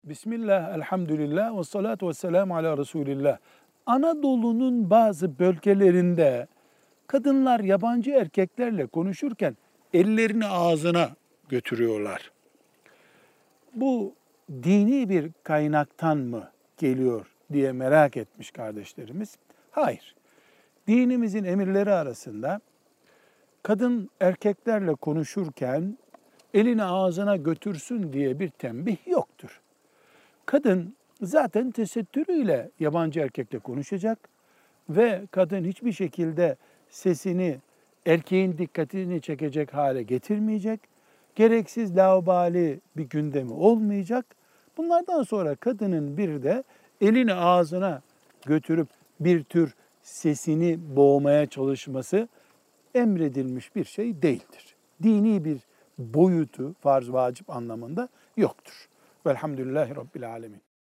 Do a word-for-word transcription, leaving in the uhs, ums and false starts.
Bismillah, elhamdülillah ve salatu ve selamu ala Resulillah. Anadolu'nun bazı bölgelerinde kadınlar yabancı erkeklerle konuşurken ellerini ağzına götürüyorlar. Bu dini bir kaynaktan mı geliyor diye merak etmiş kardeşlerimiz. Hayır. Dinimizin emirleri arasında kadın erkeklerle konuşurken elini ağzına götürsün diye bir tembih yoktur. Kadın zaten tesettürüyle yabancı erkekle konuşacak ve kadın hiçbir şekilde sesini erkeğin dikkatini çekecek hale getirmeyecek. Gereksiz laubali bir gündemi olmayacak. Bunlardan sonra kadının bir de elini ağzına götürüp bir tür sesini boğmaya çalışması emredilmiş bir şey değildir. Dini bir boyutu farz vacip anlamında yoktur. Velhamdülillahi Rabbil Alemin.